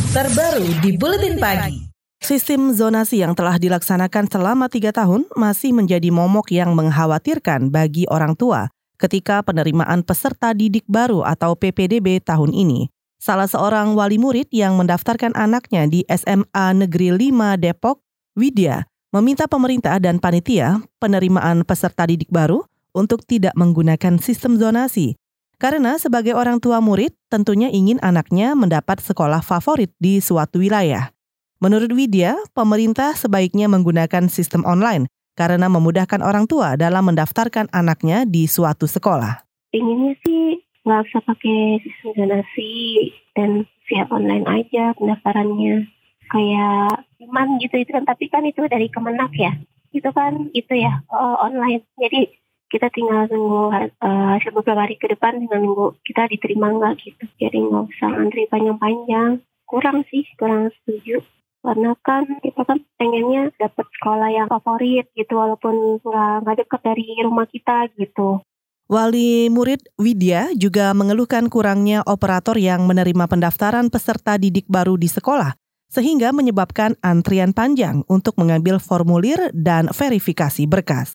Terbaru di Buletin Pagi. Sistem zonasi yang telah dilaksanakan selama 3 tahun masih menjadi momok yang mengkhawatirkan bagi orang tua ketika penerimaan peserta didik baru atau PPDB tahun ini. Salah seorang wali murid yang mendaftarkan anaknya di SMA Negeri 5 Depok, Widya, meminta pemerintah dan panitia penerimaan peserta didik baru untuk tidak menggunakan sistem zonasi. Karena sebagai orang tua murid tentunya ingin anaknya mendapat sekolah favorit di suatu wilayah. Menurut Widya, pemerintah sebaiknya menggunakan sistem online karena memudahkan orang tua dalam mendaftarkan anaknya di suatu sekolah. Inginnya sih nggak usah pakai sistem zonasi dan via online aja pendaftarannya. Kayak iman gitu itu kan, tapi kan itu dari Kemenak ya. Itu kan online. Jadi kita tinggal nunggu beberapa hari ke depan dengan nunggu kita diterima nggak gitu. Jadi nggak usah antri panjang-panjang. Kurang setuju. Karena kan kita kan pengennya dapat sekolah yang favorit gitu, walaupun nggak dekat dari rumah kita gitu. Wali murid Widya juga mengeluhkan kurangnya operator yang menerima pendaftaran peserta didik baru di sekolah, sehingga menyebabkan antrian panjang untuk mengambil formulir dan verifikasi berkas.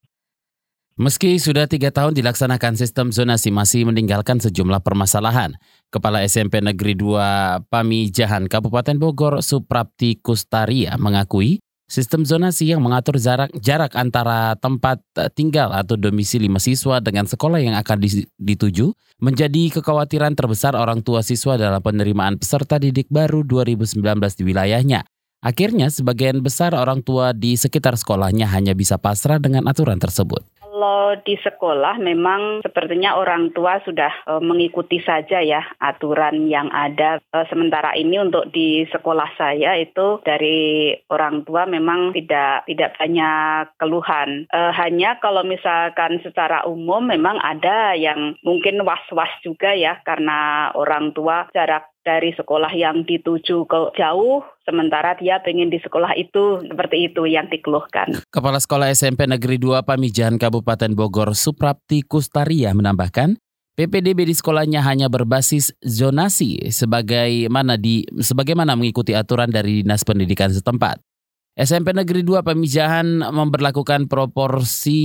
Meski sudah 3 tahun dilaksanakan sistem zonasi masih meninggalkan sejumlah permasalahan. Kepala SMP Negeri 2 Pamijahan Kabupaten Bogor, Suprapti Kustaria, mengakui sistem zonasi yang mengatur jarak antara tempat tinggal atau domisili mahasiswa dengan sekolah yang akan dituju menjadi kekhawatiran terbesar orang tua siswa dalam penerimaan peserta didik baru 2019 di wilayahnya. Akhirnya, sebagian besar orang tua di sekitar sekolahnya hanya bisa pasrah dengan aturan tersebut. Kalau di sekolah memang sepertinya orang tua sudah mengikuti saja ya aturan yang ada. Sementara ini untuk di sekolah saya itu dari orang tua memang tidak banyak keluhan. Hanya kalau misalkan secara umum memang ada yang mungkin was-was juga ya karena orang tua jarak dari sekolah yang dituju ke jauh, sementara dia pengen di sekolah itu, seperti itu yang dikeluhkan. Kepala Sekolah SMP Negeri 2 Pamijahan Kabupaten Bogor, Suprapti Kustaria, menambahkan, PPDB di sekolahnya hanya berbasis zonasi sebagaimana mengikuti aturan dari Dinas Pendidikan setempat. SMP Negeri 2 Pamijahan memberlakukan proporsi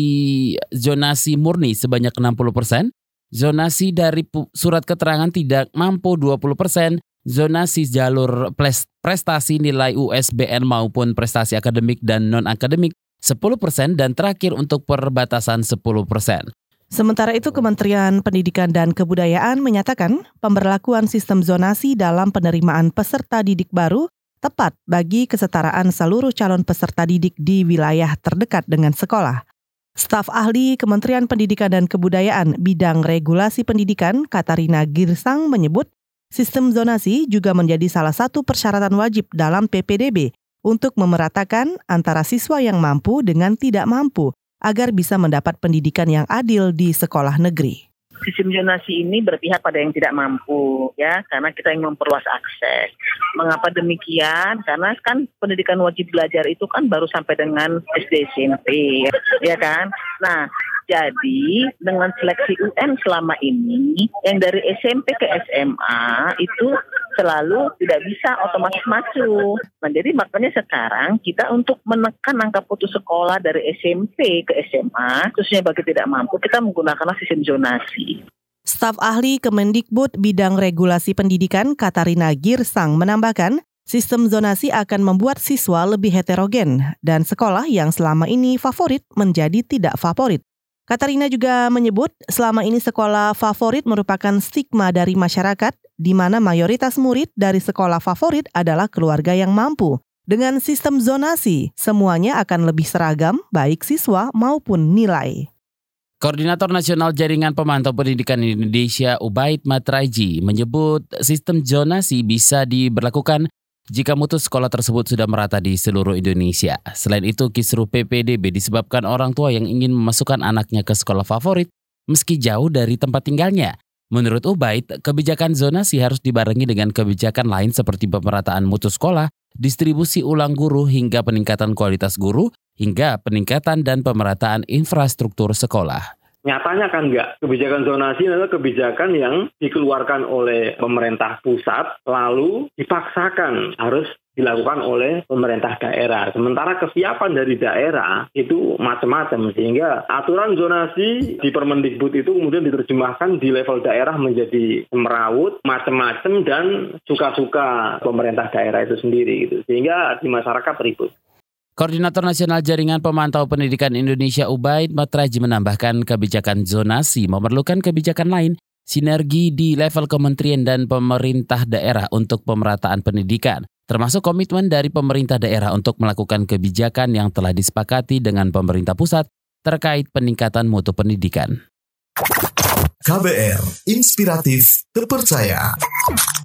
zonasi murni sebanyak 60%, zonasi dari surat keterangan tidak mampu 20%, zonasi jalur prestasi nilai USBN maupun prestasi akademik dan non-akademik 10%, dan terakhir untuk perbatasan 10%. Sementara itu, Kementerian Pendidikan dan Kebudayaan menyatakan pemberlakuan sistem zonasi dalam penerimaan peserta didik baru tepat bagi kesetaraan seluruh calon peserta didik di wilayah terdekat dengan sekolah. Staf ahli Kementerian Pendidikan dan Kebudayaan bidang regulasi pendidikan, Katarina Girsang, menyebut sistem zonasi juga menjadi salah satu persyaratan wajib dalam PPDB untuk memeratakan antara siswa yang mampu dengan tidak mampu agar bisa mendapat pendidikan yang adil di sekolah negeri. Sistem zonasi ini berpihak pada yang tidak mampu, ya, karena kita ingin memperluas akses. Mengapa demikian? Karena kan pendidikan wajib belajar itu kan baru sampai dengan SD SMP, ya kan? Nah, jadi dengan seleksi UN selama ini, yang dari SMP ke SMA itu selalu tidak bisa otomatis masuk. Nah, jadi makanya sekarang kita untuk menekan angka putus sekolah dari SMP ke SMA, khususnya bagi tidak mampu, kita menggunakan sistem zonasi. Staf ahli Kemendikbud bidang regulasi pendidikan, Katarina Girsang, menambahkan sistem zonasi akan membuat siswa lebih heterogen dan sekolah yang selama ini favorit menjadi tidak favorit. Katarina juga menyebut selama ini sekolah favorit merupakan stigma dari masyarakat di mana mayoritas murid dari sekolah favorit adalah keluarga yang mampu. Dengan sistem zonasi, semuanya akan lebih seragam baik siswa maupun nilai. Koordinator Nasional Jaringan Pemantau Pendidikan Indonesia, Ubaid Matraji, menyebut sistem zonasi bisa diberlakukan jika mutu sekolah tersebut sudah merata di seluruh Indonesia. Selain itu, kisruh PPDB disebabkan orang tua yang ingin memasukkan anaknya ke sekolah favorit meski jauh dari tempat tinggalnya. Menurut Ubaid, kebijakan zonasi harus dibarengi dengan kebijakan lain seperti pemerataan mutu sekolah, distribusi ulang guru hingga peningkatan kualitas guru, hingga peningkatan dan pemerataan infrastruktur sekolah. Nyatanya kan enggak. Kebijakan zonasi adalah kebijakan yang dikeluarkan oleh pemerintah pusat lalu dipaksakan harus dilakukan oleh pemerintah daerah. Sementara kesiapan dari daerah itu macam-macam, sehingga aturan zonasi di Permendikbud itu kemudian diterjemahkan di level daerah menjadi semrawut, macam-macam, dan suka-suka pemerintah daerah itu sendiri gitu. Sehingga di masyarakat ribut. Koordinator Nasional Jaringan Pemantau Pendidikan Indonesia Ubaid Matraji menambahkan kebijakan zonasi memerlukan kebijakan lain, sinergi di level kementerian dan pemerintah daerah untuk pemerataan pendidikan, termasuk komitmen dari pemerintah daerah untuk melakukan kebijakan yang telah disepakati dengan pemerintah pusat terkait peningkatan mutu pendidikan. KBR, inspiratif, terpercaya.